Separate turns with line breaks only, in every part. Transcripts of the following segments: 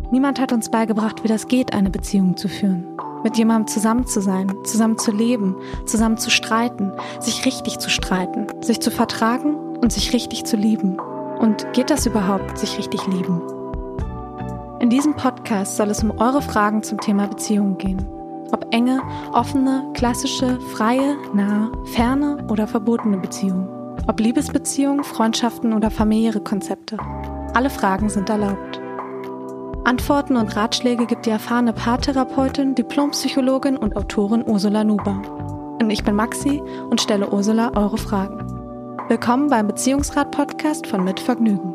Niemand hat uns beigebracht, wie das geht, eine Beziehung zu führen. Mit jemandem zusammen zu sein, zusammen zu leben, zusammen zu streiten, sich richtig zu streiten, sich zu vertragen und sich richtig zu lieben. Und geht das überhaupt, sich richtig lieben? In diesem Podcast soll es um eure Fragen zum Thema Beziehung gehen. Ob enge, offene, klassische, freie, nahe, ferne oder verbotene Beziehungen. Ob Liebesbeziehungen, Freundschaften oder familiäre Konzepte. Alle Fragen sind erlaubt. Antworten und Ratschläge gibt die erfahrene Paartherapeutin, Diplompsychologin und Autorin Ursula Nuber. Und ich bin Maxi und stelle Ursula eure Fragen. Willkommen beim Beziehungsrat-Podcast von Mit Vergnügen.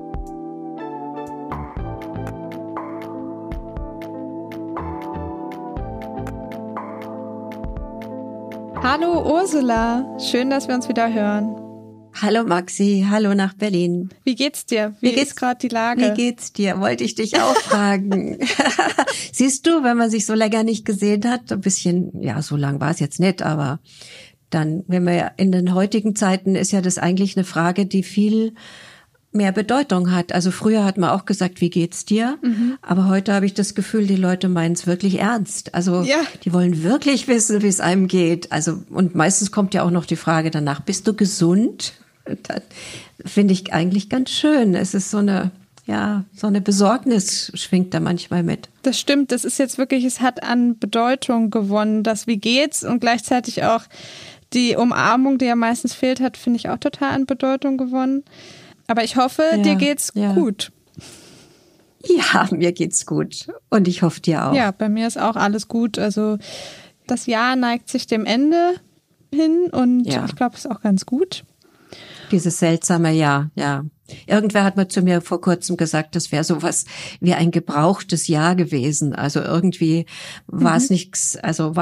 Hallo Ursula, schön, dass wir uns wieder hören.
Hallo Maxi, hallo nach Berlin.
Wie geht's dir? Wie ist gerade die Lage?
Wie geht's dir? Wollte ich dich auch fragen. Siehst du, wenn man sich so länger nicht gesehen hat, ein bisschen, ja, so lang war es jetzt nicht, aber dann, wenn wir ja in den heutigen Zeiten ist ja das eigentlich eine Frage, die viel mehr Bedeutung hat. Also früher hat man auch gesagt, wie geht's dir? Aber heute habe ich das Gefühl, die Leute meinen es wirklich ernst. Also Die wollen wirklich wissen, wie es einem geht. Also und meistens kommt ja auch noch die Frage danach, bist du gesund? Das finde ich eigentlich ganz schön. Es ist so eine Besorgnis schwingt da manchmal mit.
Das stimmt, das ist jetzt wirklich, es hat an Bedeutung gewonnen, das wie geht's und gleichzeitig auch die Umarmung, die ja meistens fehlt, hat, finde ich, auch total an Bedeutung gewonnen. Aber ich hoffe, dir geht's gut.
Ja, mir geht's gut. Und ich hoffe, dir auch.
Ja, bei mir ist auch alles gut. Also das Jahr neigt sich dem Ende hin und ich glaube, es ist auch ganz gut.
Dieses seltsame Jahr, ja. Irgendwer hat mal zu mir vor kurzem gesagt, das wäre sowas wie ein gebrauchtes Jahr gewesen. Also irgendwie war es nichts, also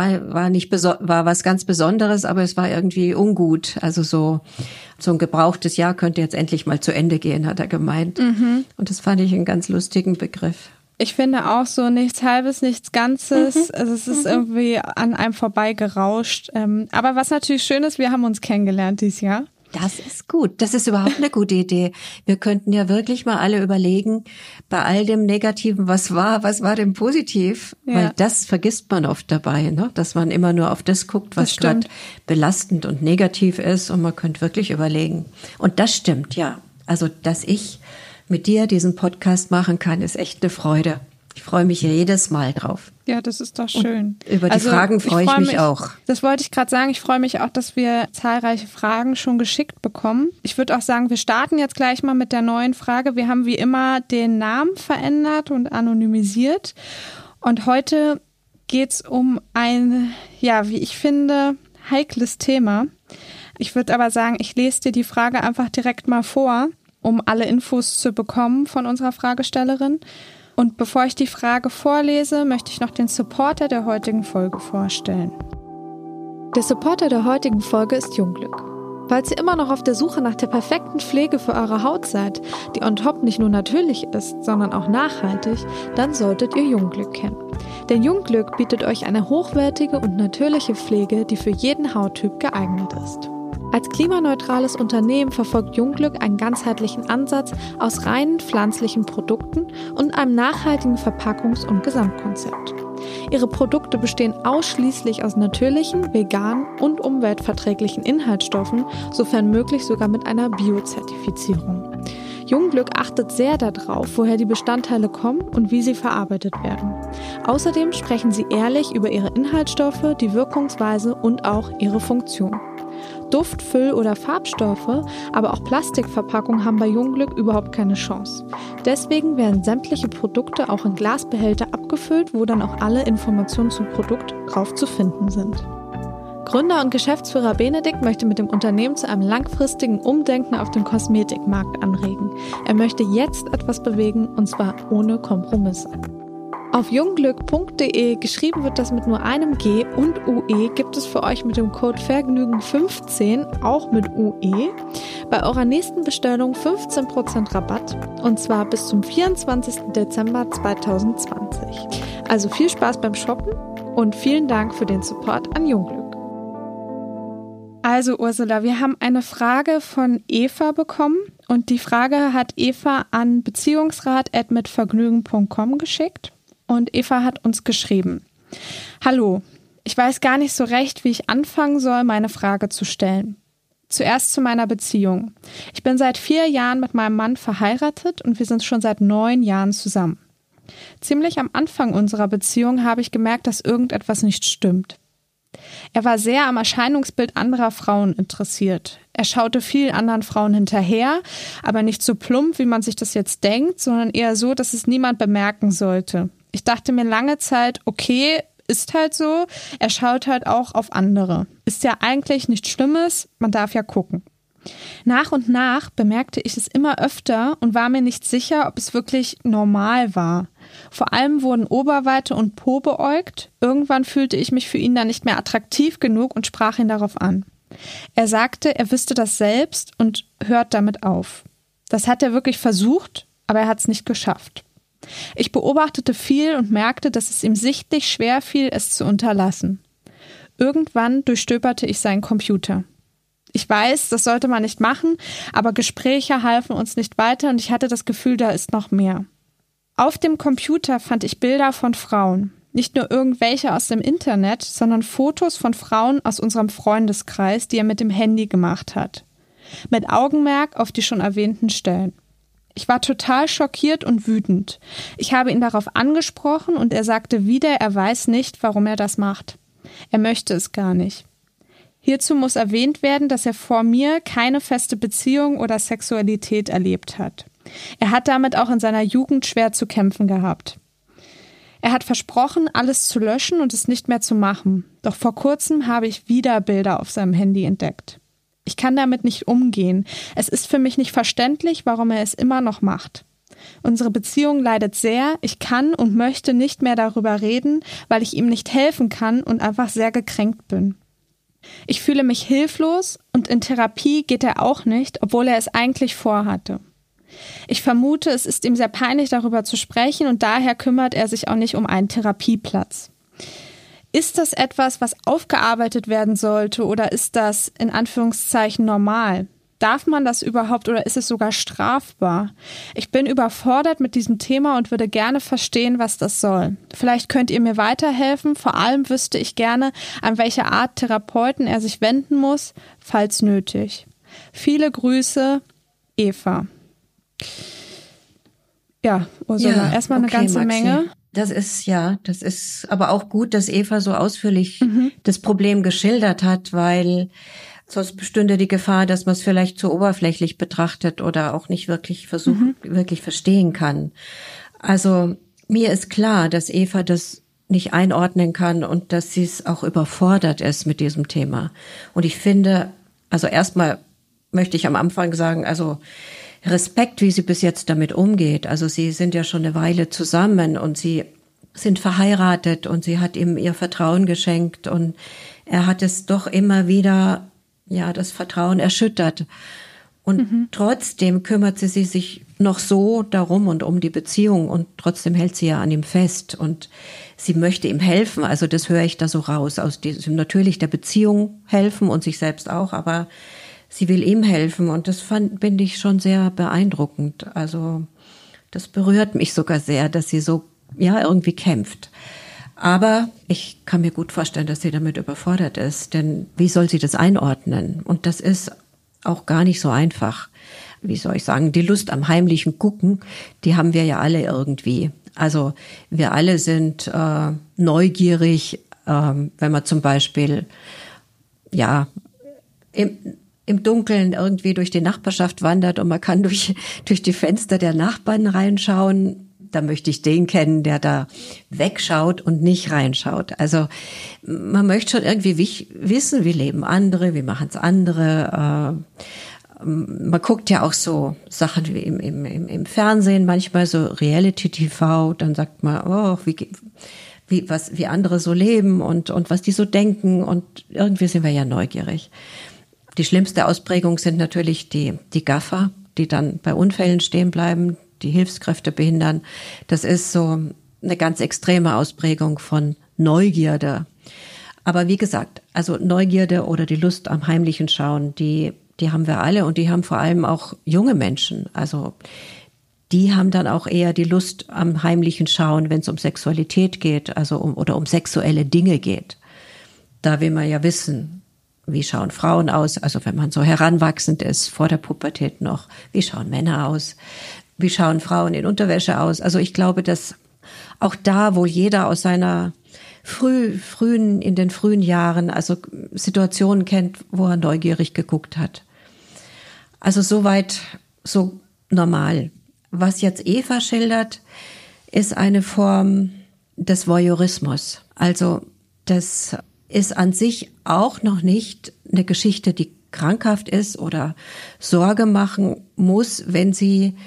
war was ganz Besonderes, aber es war irgendwie ungut. Also so ein gebrauchtes Jahr könnte jetzt endlich mal zu Ende gehen, hat er gemeint. Und das fand ich einen ganz lustigen Begriff.
Ich finde auch so nichts Halbes, nichts Ganzes. Also es ist irgendwie an einem vorbeigerauscht. Aber was natürlich schön ist, wir haben uns kennengelernt dieses Jahr.
Das ist gut. Das ist überhaupt eine gute Idee. Wir könnten ja wirklich mal alle überlegen, bei all dem Negativen, was war denn positiv? Ja. Weil das vergisst man oft dabei, ne? Dass man immer nur auf das guckt, was gerade belastend und negativ ist. Und man könnte wirklich überlegen. Und das stimmt, ja. Also, dass ich mit dir diesen Podcast machen kann, ist echt eine Freude. Ich freue mich jedes Mal drauf.
Ja, das ist doch schön.
Und über die Fragen freue ich mich auch.
Das wollte ich gerade sagen. Ich freue mich auch, dass wir zahlreiche Fragen schon geschickt bekommen. Ich würde auch sagen, wir starten jetzt gleich mal mit der neuen Frage. Wir haben wie immer den Namen verändert und anonymisiert. Und heute geht es um ein, wie ich finde, heikles Thema. Ich würde aber sagen, ich lese dir die Frage einfach direkt mal vor, um alle Infos zu bekommen von unserer Fragestellerin. Und bevor ich die Frage vorlese, möchte ich noch den Supporter der heutigen Folge vorstellen. Der Supporter der heutigen Folge ist Jungglück. Falls ihr immer noch auf der Suche nach der perfekten Pflege für eure Haut seid, die on top nicht nur natürlich ist, sondern auch nachhaltig, dann solltet ihr Jungglück kennen. Denn Jungglück bietet euch eine hochwertige und natürliche Pflege, die für jeden Hauttyp geeignet ist. Als klimaneutrales Unternehmen verfolgt Jungglück einen ganzheitlichen Ansatz aus reinen pflanzlichen Produkten und einem nachhaltigen Verpackungs- und Gesamtkonzept. Ihre Produkte bestehen ausschließlich aus natürlichen, veganen und umweltverträglichen Inhaltsstoffen, sofern möglich sogar mit einer Biozertifizierung. Jungglück achtet sehr darauf, woher die Bestandteile kommen und wie sie verarbeitet werden. Außerdem sprechen sie ehrlich über ihre Inhaltsstoffe, die Wirkungsweise und auch ihre Funktion. Duft-, Füll- oder Farbstoffe, aber auch Plastikverpackungen haben bei Jungglück überhaupt keine Chance. Deswegen werden sämtliche Produkte auch in Glasbehälter abgefüllt, wo dann auch alle Informationen zum Produkt drauf zu finden sind. Gründer und Geschäftsführer Benedikt möchte mit dem Unternehmen zu einem langfristigen Umdenken auf dem Kosmetikmarkt anregen. Er möchte jetzt etwas bewegen, und zwar ohne Kompromisse. Auf jungglück.de, geschrieben wird das mit nur einem G und UE, gibt es für euch mit dem Code Vergnügen15, auch mit UE, bei eurer nächsten Bestellung 15% Rabatt, und zwar bis zum 24. Dezember 2020. Also viel Spaß beim Shoppen und vielen Dank für den Support an Jungglück. Also Ursula, wir haben eine Frage von Eva bekommen und die Frage hat Eva an beziehungsrat@mitvergnügen.com geschickt und Eva hat uns geschrieben: Hallo, ich weiß gar nicht so recht, wie ich anfangen soll, meine Frage zu stellen. Zuerst zu meiner Beziehung. Ich bin seit 4 Jahren mit meinem Mann verheiratet und wir sind schon seit 9 Jahren zusammen. Ziemlich am Anfang unserer Beziehung habe ich gemerkt, dass irgendetwas nicht stimmt. Er war sehr am Erscheinungsbild anderer Frauen interessiert. Er schaute vielen anderen Frauen hinterher, aber nicht so plump, wie man sich das jetzt denkt, sondern eher so, dass es niemand bemerken sollte. Ich dachte mir lange Zeit, okay, ist halt so, er schaut halt auch auf andere. Ist ja eigentlich nichts Schlimmes, man darf ja gucken. Nach und nach bemerkte ich es immer öfter und war mir nicht sicher, ob es wirklich normal war. Vor allem wurden Oberweite und Po beäugt. Irgendwann fühlte ich mich für ihn dann nicht mehr attraktiv genug und sprach ihn darauf an. Er sagte, er wüsste das selbst und hört damit auf. Das hat er wirklich versucht, aber er hat es nicht geschafft. Ich beobachtete viel und merkte, dass es ihm sichtlich schwer fiel, es zu unterlassen. Irgendwann durchstöberte ich seinen Computer. Ich weiß, das sollte man nicht machen, aber Gespräche halfen uns nicht weiter und ich hatte das Gefühl, da ist noch mehr. Auf dem Computer fand ich Bilder von Frauen. Nicht nur irgendwelche aus dem Internet, sondern Fotos von Frauen aus unserem Freundeskreis, die er mit dem Handy gemacht hat. Mit Augenmerk auf die schon erwähnten Stellen. Ich war total schockiert und wütend. Ich habe ihn darauf angesprochen und er sagte wieder, er weiß nicht, warum er das macht. Er möchte es gar nicht. Hierzu muss erwähnt werden, dass er vor mir keine feste Beziehung oder Sexualität erlebt hat. Er hat damit auch in seiner Jugend schwer zu kämpfen gehabt. Er hat versprochen, alles zu löschen und es nicht mehr zu machen. Doch vor kurzem habe ich wieder Bilder auf seinem Handy entdeckt. Ich kann damit nicht umgehen. Es ist für mich nicht verständlich, warum er es immer noch macht. Unsere Beziehung leidet sehr. Ich kann und möchte nicht mehr darüber reden, weil ich ihm nicht helfen kann und einfach sehr gekränkt bin. Ich fühle mich hilflos und in Therapie geht er auch nicht, obwohl er es eigentlich vorhatte. Ich vermute, es ist ihm sehr peinlich, darüber zu sprechen und daher kümmert er sich auch nicht um einen Therapieplatz. Ist das etwas, was aufgearbeitet werden sollte oder ist das in Anführungszeichen normal? Darf man das überhaupt oder ist es sogar strafbar? Ich bin überfordert mit diesem Thema und würde gerne verstehen, was das soll. Vielleicht könnt ihr mir weiterhelfen. Vor allem wüsste ich gerne, an welche Art Therapeuten er sich wenden muss, falls nötig. Viele Grüße, Eva. Ja, Ursula, erstmal eine ganze
Maxi.
Menge.
Das ist aber auch gut, dass Eva so ausführlich das Problem geschildert hat, weil sonst bestünde die Gefahr, dass man es vielleicht zu oberflächlich betrachtet oder auch nicht wirklich wirklich verstehen kann. Also mir ist klar, dass Eva das nicht einordnen kann und dass sie es auch überfordert ist mit diesem Thema. Und ich finde, also erstmal möchte ich am Anfang sagen, also Respekt, wie sie bis jetzt damit umgeht. Also sie sind ja schon eine Weile zusammen und sie sind verheiratet und sie hat ihm ihr Vertrauen geschenkt und er hat es doch immer wieder, das Vertrauen erschüttert. Und trotzdem kümmert sie sich noch so darum und um die Beziehung und trotzdem hält sie ja an ihm fest und sie möchte ihm helfen. Also das höre ich da so raus aus diesem, natürlich der Beziehung helfen und sich selbst auch, aber sie will ihm helfen und das finde ich schon sehr beeindruckend. Also das berührt mich sogar sehr, dass sie so, irgendwie kämpft. Aber ich kann mir gut vorstellen, dass sie damit überfordert ist, denn wie soll sie das einordnen? Und das ist auch gar nicht so einfach. Wie soll ich sagen, die Lust am heimlichen Gucken, die haben wir ja alle irgendwie. Also wir alle sind neugierig, wenn man zum Beispiel, im Dunkeln irgendwie durch die Nachbarschaft wandert und man kann durch die Fenster der Nachbarn reinschauen. Da möchte ich den kennen, der da wegschaut und nicht reinschaut. Also man möchte schon irgendwie wissen, wie leben andere, wie machen es andere. Man guckt ja auch so Sachen wie im Fernsehen, manchmal so Reality-TV. Dann sagt man, wie andere so leben und was die so denken. Und irgendwie sind wir ja neugierig. Die schlimmste Ausprägung sind natürlich die Gaffer, die dann bei Unfällen stehen bleiben, die Hilfskräfte behindern. Das ist so eine ganz extreme Ausprägung von Neugierde. Aber wie gesagt, also Neugierde oder die Lust am heimlichen Schauen, die haben wir alle und die haben vor allem auch junge Menschen. Also die haben dann auch eher die Lust am heimlichen Schauen, wenn es um Sexualität geht, also oder um sexuelle Dinge geht. Da will man ja wissen, wie schauen Frauen aus, also wenn man so heranwachsend ist, vor der Pubertät noch, wie schauen Männer aus, wie schauen Frauen in Unterwäsche aus. Also ich glaube, dass auch da wohl jeder aus seiner in den frühen Jahren, also Situationen kennt, wo er neugierig geguckt hat. Also soweit so normal. Was jetzt Eva schildert, ist eine Form des Voyeurismus. Also das ist an sich auch noch nicht eine Geschichte, die krankhaft ist oder Sorge machen muss, wenn sie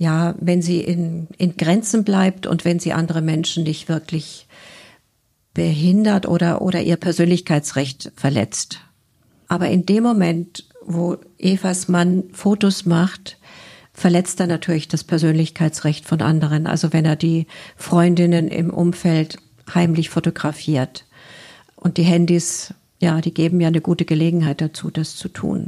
in Grenzen bleibt und wenn sie andere Menschen nicht wirklich behindert oder ihr Persönlichkeitsrecht verletzt. Aber in dem Moment, wo Evas Mann Fotos macht, verletzt er natürlich das Persönlichkeitsrecht von anderen. Also wenn er die Freundinnen im Umfeld heimlich fotografiert. Und die Handys, ja, die geben ja eine gute Gelegenheit dazu, das zu tun.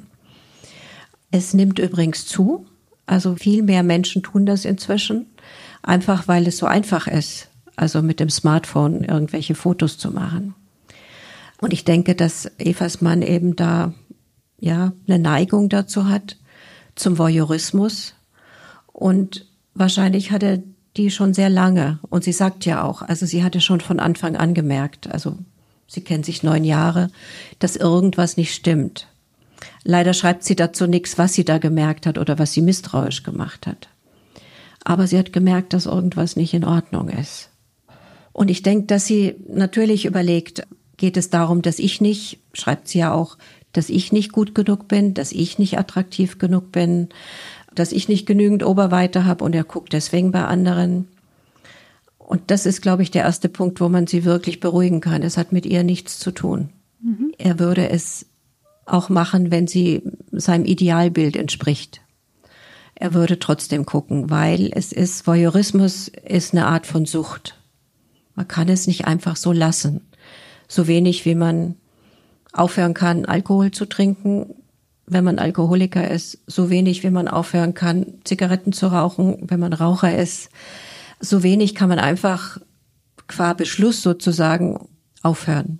Es nimmt übrigens zu. Also viel mehr Menschen tun das inzwischen. Einfach weil es so einfach ist, also mit dem Smartphone irgendwelche Fotos zu machen. Und ich denke, dass Evas Mann eben da ja eine Neigung dazu hat, zum Voyeurismus. Und wahrscheinlich hat er die schon sehr lange. Und sie sagt ja auch, also sie hatte schon von Anfang an gemerkt, also sie kennt sich 9 Jahre, dass irgendwas nicht stimmt. Leider schreibt sie dazu nichts, was sie da gemerkt hat oder was sie misstrauisch gemacht hat. Aber sie hat gemerkt, dass irgendwas nicht in Ordnung ist. Und ich denke, dass sie natürlich überlegt, geht es darum, dass ich nicht, schreibt sie ja auch, dass ich nicht gut genug bin, dass ich nicht attraktiv genug bin, dass ich nicht genügend Oberweite habe und er guckt deswegen bei anderen. Und das ist, glaube ich, der erste Punkt, wo man sie wirklich beruhigen kann. Es hat mit ihr nichts zu tun. Mhm. Er würde es auch machen, wenn sie seinem Idealbild entspricht. Er würde trotzdem gucken, weil Voyeurismus ist eine Art von Sucht. Man kann es nicht einfach so lassen. So wenig, wie man aufhören kann, Alkohol zu trinken, wenn man Alkoholiker ist. So wenig, wie man aufhören kann, Zigaretten zu rauchen, wenn man Raucher ist. So wenig kann man einfach qua Beschluss sozusagen aufhören.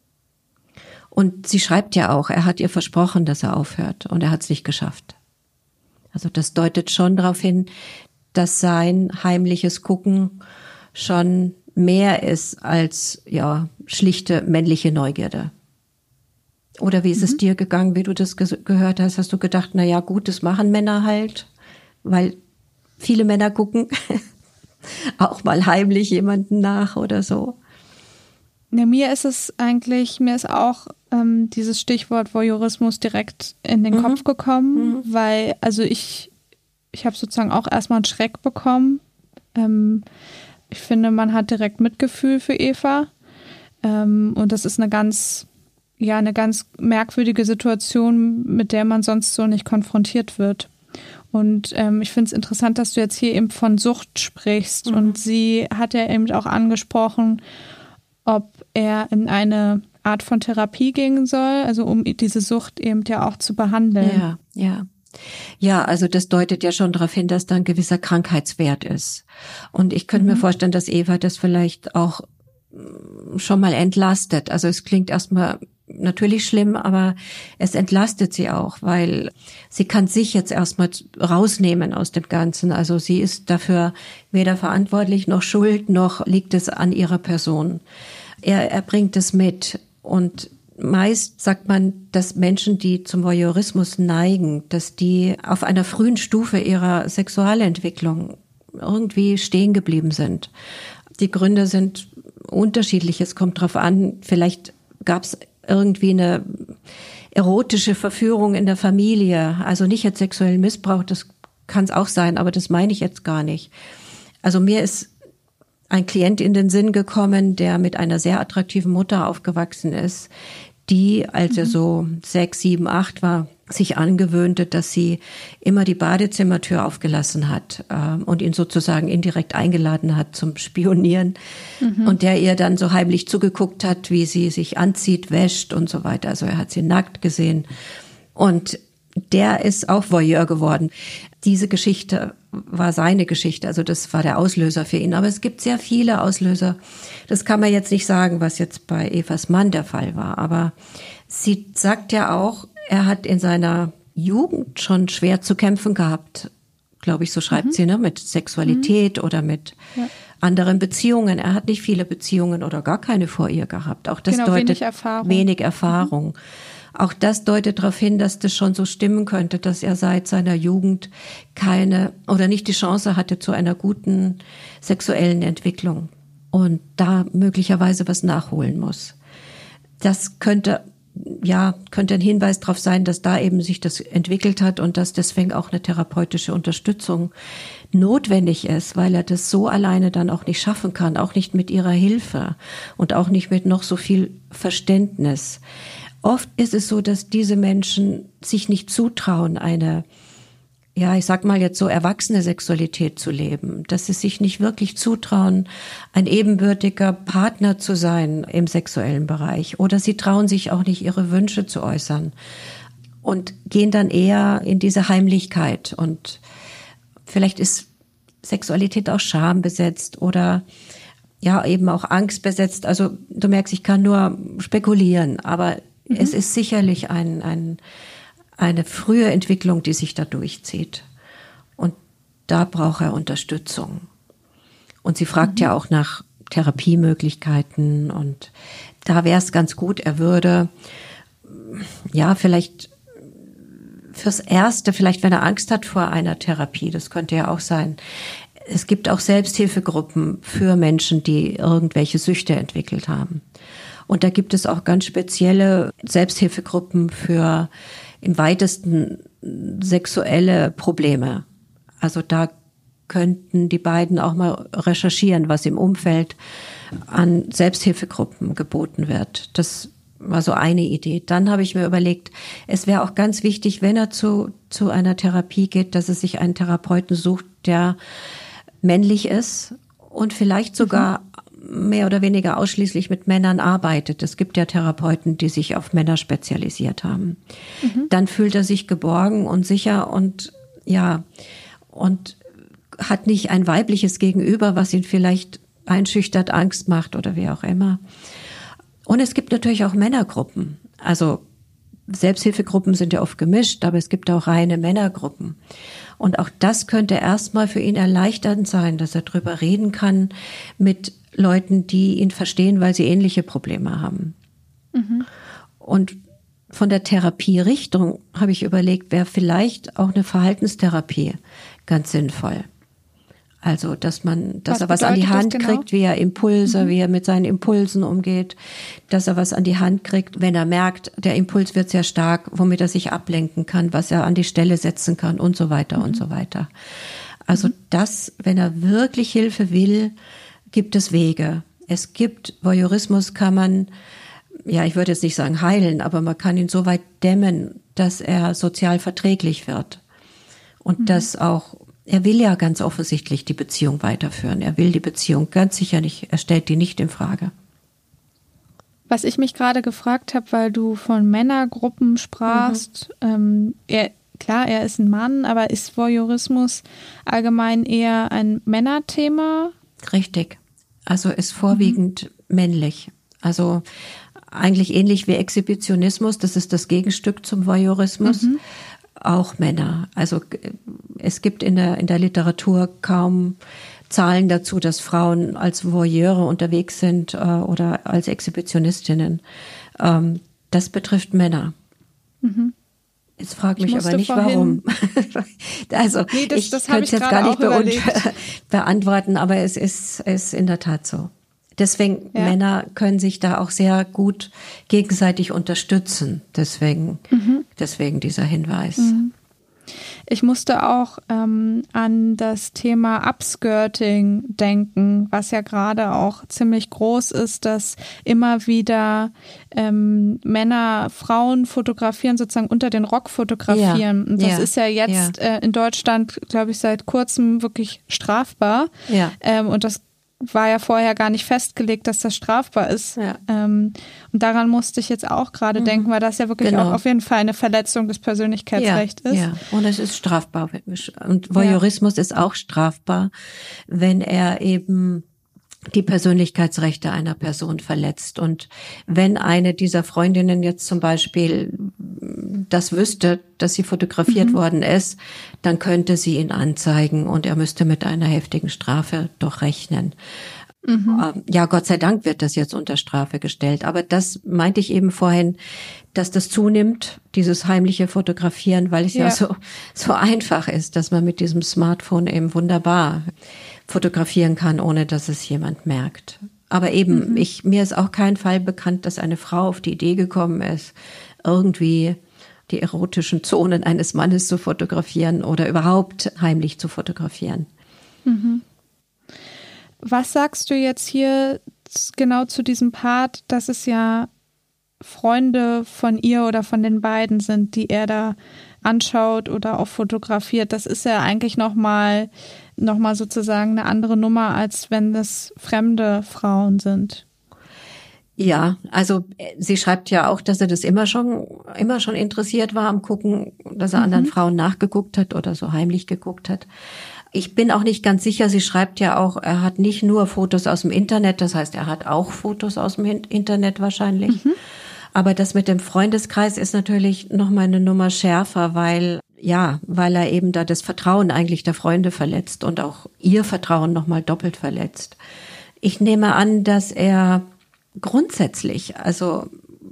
Und sie schreibt ja auch, er hat ihr versprochen, dass er aufhört und er hat es nicht geschafft. Also das deutet schon darauf hin, dass sein heimliches Gucken schon mehr ist als ja schlichte männliche Neugierde. Oder wie ist es dir gegangen, wie du das gehört hast? Hast du gedacht, na ja, gut, das machen Männer halt, weil viele Männer gucken auch mal heimlich jemanden nach oder so?
Ja, mir ist auch dieses Stichwort Voyeurismus direkt in den Kopf gekommen, weil, also ich habe sozusagen auch erstmal einen Schreck bekommen. Ich finde, man hat direkt Mitgefühl für Eva. Und das ist eine ganz merkwürdige Situation, mit der man sonst so nicht konfrontiert wird. Und ich finde es interessant, dass du jetzt hier eben von Sucht sprichst. Und sie hat ja eben auch angesprochen, ob er in eine Art von Therapie gehen soll, also um diese Sucht eben ja auch zu behandeln.
Ja, also das deutet ja schon darauf hin, dass da ein gewisser Krankheitswert ist. Und ich könnte mir vorstellen, dass Eva das vielleicht auch schon mal entlastet. Also es klingt erstmal natürlich schlimm, aber es entlastet sie auch, weil sie kann sich jetzt erstmal rausnehmen aus dem Ganzen. Also sie ist dafür weder verantwortlich noch schuld, noch liegt es an ihrer Person. Er bringt es mit. Und meist sagt man, dass Menschen, die zum Voyeurismus neigen, dass die auf einer frühen Stufe ihrer Sexualentwicklung irgendwie stehen geblieben sind. Die Gründe sind unterschiedlich. Es kommt drauf an, vielleicht gab es irgendwie eine erotische Verführung in der Familie. Also nicht jetzt sexuellen Missbrauch, das kann es auch sein, aber das meine ich jetzt gar nicht. Also mir ist ein Klient in den Sinn gekommen, der mit einer sehr attraktiven Mutter aufgewachsen ist, die, als er so 6, 7, 8 war, sich angewöhnte, dass sie immer die Badezimmertür aufgelassen hat und ihn sozusagen indirekt eingeladen hat zum Spionieren und der ihr dann so heimlich zugeguckt hat, wie sie sich anzieht, wäscht und so weiter. Also er hat sie nackt gesehen und der ist auch Voyeur geworden. Diese Geschichte war seine Geschichte, also das war der Auslöser für ihn. Aber es gibt sehr viele Auslöser. Das kann man jetzt nicht sagen, was jetzt bei Evas Mann der Fall war. Aber sie sagt ja auch, er hat in seiner Jugend schon schwer zu kämpfen gehabt, glaube ich, so schreibt sie, ne, mit Sexualität oder mit anderen Beziehungen. Er hat nicht viele Beziehungen oder gar keine vor ihr gehabt. Auch das deutet wenig Erfahrung. Auch das deutet darauf hin, dass das schon so stimmen könnte, dass er seit seiner Jugend keine oder nicht die Chance hatte zu einer guten sexuellen Entwicklung und da möglicherweise was nachholen muss. Das könnte ein Hinweis darauf sein, dass da eben sich das entwickelt hat und dass deswegen auch eine therapeutische Unterstützung notwendig ist, weil er das so alleine dann auch nicht schaffen kann, auch nicht mit ihrer Hilfe und auch nicht mit noch so viel Verständnis. Oft ist es so, dass diese Menschen sich nicht zutrauen, eine, ich sag mal jetzt so erwachsene Sexualität zu leben, dass sie sich nicht wirklich zutrauen, ein ebenbürtiger Partner zu sein im sexuellen Bereich oder sie trauen sich auch nicht, ihre Wünsche zu äußern und gehen dann eher in diese Heimlichkeit und vielleicht ist Sexualität auch schambesetzt oder eben auch angstbesetzt. Also du merkst, ich kann nur spekulieren, aber es ist sicherlich eine frühe Entwicklung, die sich da durchzieht. Und da braucht er Unterstützung. Und sie fragt ja auch nach Therapiemöglichkeiten. Und da wäre es ganz gut, er würde, vielleicht fürs Erste, vielleicht wenn er Angst hat vor einer Therapie, das könnte ja auch sein. Es gibt auch Selbsthilfegruppen für Menschen, die irgendwelche Süchte entwickelt haben. Und da gibt es auch ganz spezielle Selbsthilfegruppen für im weitesten sexuelle Probleme. Also da könnten die beiden auch mal recherchieren, was im Umfeld an Selbsthilfegruppen geboten wird. Das war so eine Idee. Dann habe ich mir überlegt, es wäre auch ganz wichtig, wenn er zu einer Therapie geht, dass er sich einen Therapeuten sucht, der männlich ist und vielleicht sogar mehr oder weniger ausschließlich mit Männern arbeitet. Es gibt ja Therapeuten, die sich auf Männer spezialisiert haben. Dann fühlt er sich geborgen und sicher und hat nicht ein weibliches Gegenüber, was ihn vielleicht einschüchtert, Angst macht oder wie auch immer. Und es gibt natürlich auch Männergruppen. Also Selbsthilfegruppen sind ja oft gemischt, aber es gibt auch reine Männergruppen. Und auch das könnte erstmal für ihn erleichternd sein, dass er drüber reden kann mit Leuten, die ihn verstehen, weil sie ähnliche Probleme haben. Und von der Therapierichtung habe ich überlegt, wäre vielleicht auch eine Verhaltenstherapie ganz sinnvoll. Also, dass er was an die Hand kriegt, wie er Impulse, wie er mit seinen Impulsen umgeht, dass er was an die Hand kriegt, wenn er merkt, der Impuls wird sehr stark, womit er sich ablenken kann, was er an die Stelle setzen kann und so weiter und so weiter. Also das, wenn er wirklich Hilfe will, gibt es Wege. Es gibt Voyeurismus, kann man, ich würde jetzt nicht sagen heilen, aber man kann ihn so weit dämmen, dass er sozial verträglich wird. Und dass auch, er will ja ganz offensichtlich die Beziehung weiterführen. Er will die Beziehung ganz sicher nicht, er stellt die nicht in Frage.
Was ich mich gerade gefragt habe, weil du von Männergruppen sprachst, er ist ein Mann, aber ist Voyeurismus allgemein eher ein Männerthema?
Richtig. Also ist vorwiegend männlich. Also eigentlich ähnlich wie Exhibitionismus, das ist das Gegenstück zum Voyeurismus. Auch Männer. Also es gibt in der Literatur kaum Zahlen dazu, dass Frauen als Voyeure unterwegs sind oder als Exhibitionistinnen. Das betrifft Männer. Jetzt frag mich aber nicht, warum. Also ich könnte es jetzt gar nicht beantworten, aber es ist in der Tat so. Deswegen, Männer können sich da auch sehr gut gegenseitig unterstützen. Deswegen dieser Hinweis.
Ich musste auch an das Thema Upskirting denken, was ja gerade auch ziemlich groß ist, dass immer wieder Männer Frauen fotografieren, sozusagen unter den Rock fotografieren. Und das ist ja jetzt in Deutschland, glaube ich, seit kurzem wirklich strafbar. Ja. Und das war ja vorher gar nicht festgelegt, dass das strafbar ist. Ja. Und daran musste ich jetzt auch gerade denken, weil das ja wirklich auch auf jeden Fall eine Verletzung des Persönlichkeitsrechts ist.
Ja, und es ist strafbar. Und Voyeurismus ist auch strafbar, wenn er eben die Persönlichkeitsrechte einer Person verletzt. Und wenn eine dieser Freundinnen jetzt zum Beispiel das wüsste, dass sie fotografiert worden ist, dann könnte sie ihn anzeigen und er müsste mit einer heftigen Strafe doch rechnen. Ja, Gott sei Dank wird das jetzt unter Strafe gestellt. Aber das meinte ich eben vorhin, dass das zunimmt, dieses heimliche Fotografieren, weil es ja so einfach ist, dass man mit diesem Smartphone eben wunderbar fotografieren kann, ohne dass es jemand merkt. Aber eben, mir ist auch kein Fall bekannt, dass eine Frau auf die Idee gekommen ist, irgendwie die erotischen Zonen eines Mannes zu fotografieren oder überhaupt heimlich zu fotografieren.
Was sagst du jetzt hier genau zu diesem Part, dass es ja Freunde von ihr oder von den beiden sind, die er da anschaut oder auch fotografiert? Das ist ja eigentlich noch mal sozusagen eine andere Nummer, als wenn das fremde Frauen sind.
Ja, also sie schreibt ja auch, dass er das immer schon interessiert war am Gucken, dass er anderen Frauen nachgeguckt hat oder so heimlich geguckt hat. Ich bin auch nicht ganz sicher, sie schreibt ja auch, er hat nicht nur Fotos aus dem Internet, das heißt, er hat auch Fotos aus dem Internet wahrscheinlich. Aber das mit dem Freundeskreis ist natürlich noch mal eine Nummer schärfer, weil er eben da das Vertrauen eigentlich der Freunde verletzt und auch ihr Vertrauen noch mal doppelt verletzt. Ich nehme an, dass er grundsätzlich, also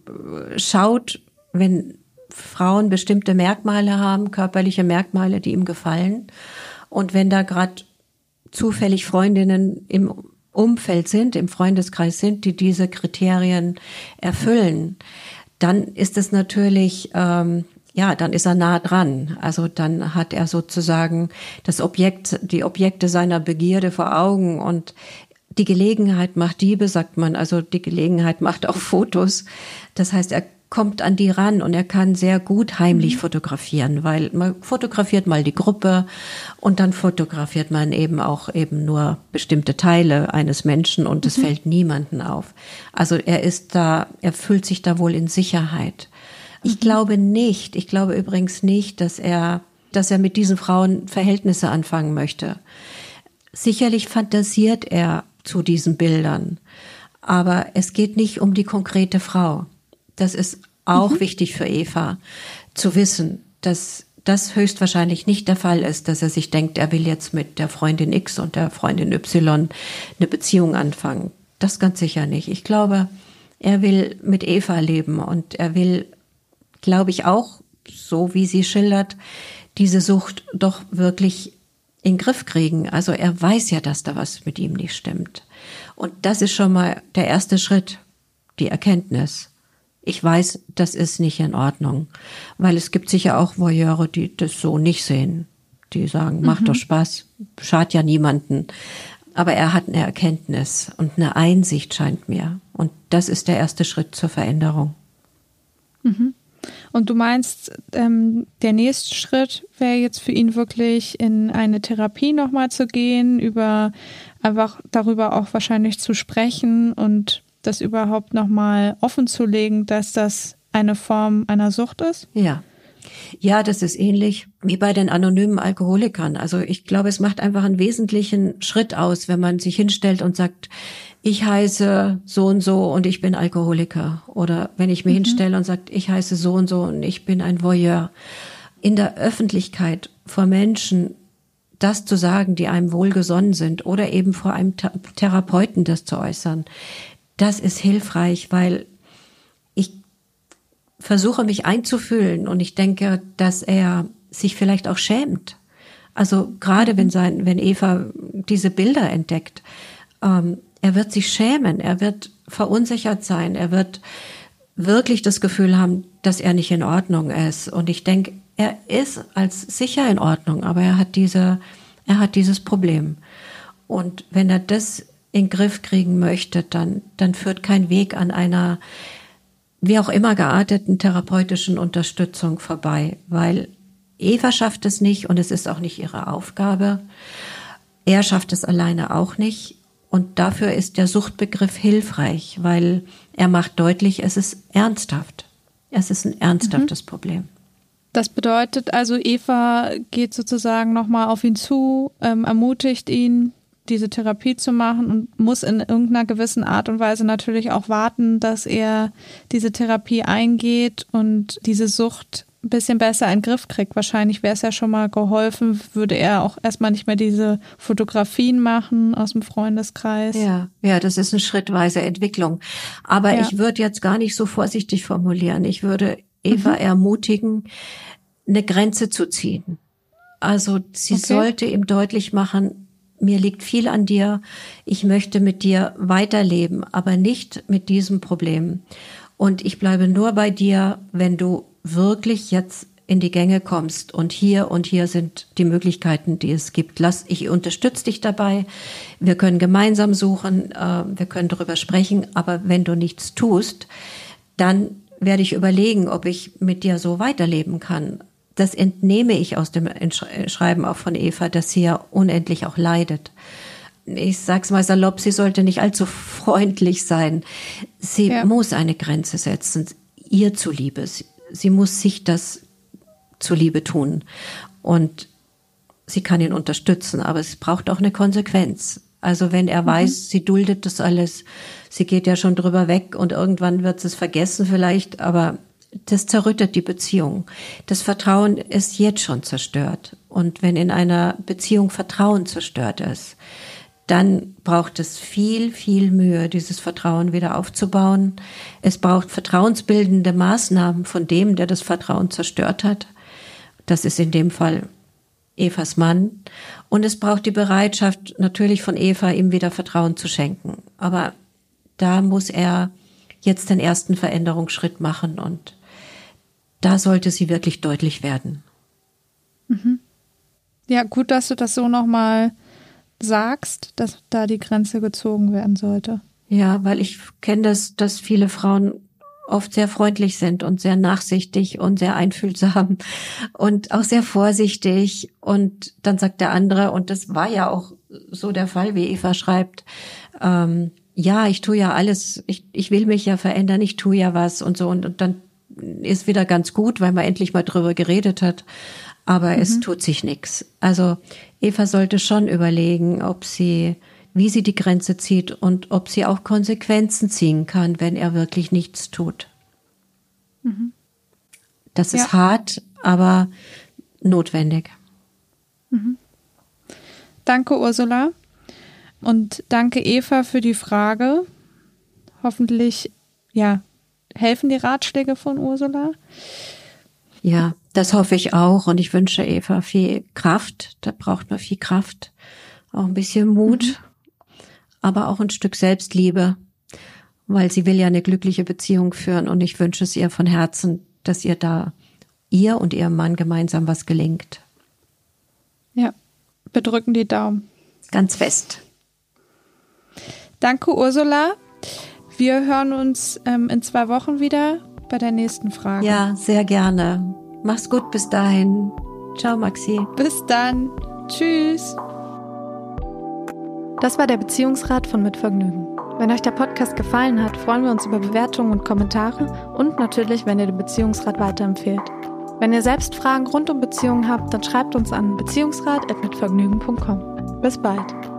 schaut, wenn Frauen bestimmte Merkmale haben, körperliche Merkmale, die ihm gefallen, und wenn da gerade zufällig Freundinnen im Umfeld sind, im Freundeskreis sind, die diese Kriterien erfüllen, dann ist es natürlich, dann ist er nah dran. Also dann hat er sozusagen die Objekte seiner Begierde vor Augen und die Gelegenheit macht Diebe, sagt man. Also die Gelegenheit macht auch Fotos. Das heißt, er kommt an die ran und er kann sehr gut heimlich fotografieren, weil man fotografiert mal die Gruppe und dann fotografiert man eben nur bestimmte Teile eines Menschen und es fällt niemanden auf. Also er fühlt sich da wohl in Sicherheit. Ich glaube übrigens nicht, dass er mit diesen Frauen Verhältnisse anfangen möchte. Sicherlich fantasiert er zu diesen Bildern, aber es geht nicht um die konkrete Frau. Das ist auch wichtig für Eva zu wissen, dass das höchstwahrscheinlich nicht der Fall ist, dass er sich denkt, er will jetzt mit der Freundin X und der Freundin Y eine Beziehung anfangen. Das ganz sicher nicht. Ich glaube, er will mit Eva leben und er will, glaube ich auch, so wie sie schildert, diese Sucht doch wirklich in den Griff kriegen. Also er weiß ja, dass da was mit ihm nicht stimmt. Und das ist schon mal der erste Schritt, die Erkenntnis. Ich weiß, das ist nicht in Ordnung, weil es gibt sicher auch Voyeure, die das so nicht sehen. Die sagen, macht doch Spaß, schadet ja niemanden. Aber er hat eine Erkenntnis und eine Einsicht, scheint mir. Und das ist der erste Schritt zur Veränderung.
Und du meinst, der nächste Schritt wäre jetzt für ihn wirklich in eine Therapie nochmal zu gehen, einfach darüber auch wahrscheinlich zu sprechen und das überhaupt nochmal offen zu legen, dass das eine Form einer Sucht ist?
Ja, das ist ähnlich wie bei den anonymen Alkoholikern. Also ich glaube, es macht einfach einen wesentlichen Schritt aus, wenn man sich hinstellt und sagt, ich heiße so und ich bin Alkoholiker. Oder wenn ich mir hinstelle und sage, ich heiße so und ich bin ein Voyeur. In der Öffentlichkeit vor Menschen das zu sagen, die einem wohlgesonnen sind, oder eben vor einem Therapeuten das zu äußern, das ist hilfreich, weil ich versuche mich einzufühlen und ich denke, dass er sich vielleicht auch schämt. Also gerade wenn Eva diese Bilder entdeckt, er wird sich schämen, er wird verunsichert sein, er wird wirklich das Gefühl haben, dass er nicht in Ordnung ist. Und ich denke, er ist als sicher in Ordnung, aber er hat dieses Problem. Und wenn er das in den Griff kriegen möchte, dann führt kein Weg an einer, wie auch immer gearteten therapeutischen Unterstützung vorbei, weil Eva schafft es nicht und es ist auch nicht ihre Aufgabe. Er schafft es alleine auch nicht. Und dafür ist der Suchtbegriff hilfreich, weil er macht deutlich, es ist ernsthaft. Es ist ein ernsthaftes Problem.
Das bedeutet also, Eva geht sozusagen nochmal auf ihn zu, ermutigt ihn, diese Therapie zu machen und muss in irgendeiner gewissen Art und Weise natürlich auch warten, dass er diese Therapie eingeht und diese Sucht ein bisschen besser in den Griff kriegt. Wahrscheinlich wäre es ja schon mal geholfen, würde er auch erstmal nicht mehr diese Fotografien machen aus dem Freundeskreis.
Ja, das ist eine schrittweise Entwicklung. Aber ich würde jetzt gar nicht so vorsichtig formulieren. Ich würde Eva ermutigen, eine Grenze zu ziehen. Also sie sollte ihm deutlich machen, mir liegt viel an dir, ich möchte mit dir weiterleben, aber nicht mit diesem Problem. Und ich bleibe nur bei dir, wenn du wirklich jetzt in die Gänge kommst und hier sind die Möglichkeiten, die es gibt. Ich unterstütze dich dabei, wir können gemeinsam suchen, wir können darüber sprechen, aber wenn du nichts tust, dann werde ich überlegen, ob ich mit dir so weiterleben kann. Das entnehme ich aus dem Schreiben auch von Eva, dass sie ja unendlich auch leidet. Ich sag's mal salopp, sie sollte nicht allzu freundlich sein. Sie muss eine Grenze setzen, ihr zuliebe. Sie muss sich das zuliebe tun. Und sie kann ihn unterstützen, aber es braucht auch eine Konsequenz. Also wenn er weiß, sie duldet das alles, sie geht ja schon drüber weg und irgendwann wird sie es vergessen vielleicht, aber das zerrüttet die Beziehung. Das Vertrauen ist jetzt schon zerstört. Und wenn in einer Beziehung Vertrauen zerstört ist, dann braucht es viel, viel Mühe, dieses Vertrauen wieder aufzubauen. Es braucht vertrauensbildende Maßnahmen von dem, der das Vertrauen zerstört hat. Das ist in dem Fall Evas Mann. Und es braucht die Bereitschaft natürlich von Eva, ihm wieder Vertrauen zu schenken. Aber da muss er jetzt den ersten Veränderungsschritt machen und da sollte sie wirklich deutlich werden.
Ja, gut, dass du das so nochmal sagst, dass da die Grenze gezogen werden sollte.
Ja, weil ich kenne das, dass viele Frauen oft sehr freundlich sind und sehr nachsichtig und sehr einfühlsam und auch sehr vorsichtig. Und dann sagt der andere, und das war ja auch so der Fall, wie Eva schreibt, ja, ich tue ja alles, ich will mich ja verändern, ich tue ja was und so. Und dann ist wieder ganz gut, weil man endlich mal drüber geredet hat. Aber es tut sich nichts. Also Eva sollte schon überlegen, wie sie die Grenze zieht und ob sie auch Konsequenzen ziehen kann, wenn er wirklich nichts tut. Das ist hart, aber notwendig.
Danke, Ursula. Und danke, Eva, für die Frage. Hoffentlich, helfen die Ratschläge von Ursula.
Ja, das hoffe ich auch. Und ich wünsche Eva viel Kraft. Da braucht man viel Kraft. Auch ein bisschen Mut. Aber auch ein Stück Selbstliebe. Weil sie will ja eine glückliche Beziehung führen. Und ich wünsche es ihr von Herzen, dass ihr und ihrem Mann gemeinsam was gelingt.
Ja, wir drücken die Daumen.
Ganz fest.
Danke, Ursula. Wir hören uns in 2 Wochen wieder bei der nächsten Frage.
Ja, sehr gerne. Mach's gut bis dahin. Ciao, Maxi.
Bis dann. Tschüss. Das war der Beziehungsrat von Mit Vergnügen. Wenn euch der Podcast gefallen hat, freuen wir uns über Bewertungen und Kommentare und natürlich, wenn ihr den Beziehungsrat weiterempfehlt. Wenn ihr selbst Fragen rund um Beziehungen habt, dann schreibt uns an beziehungsrat@mitvergnügen.com. Bis bald.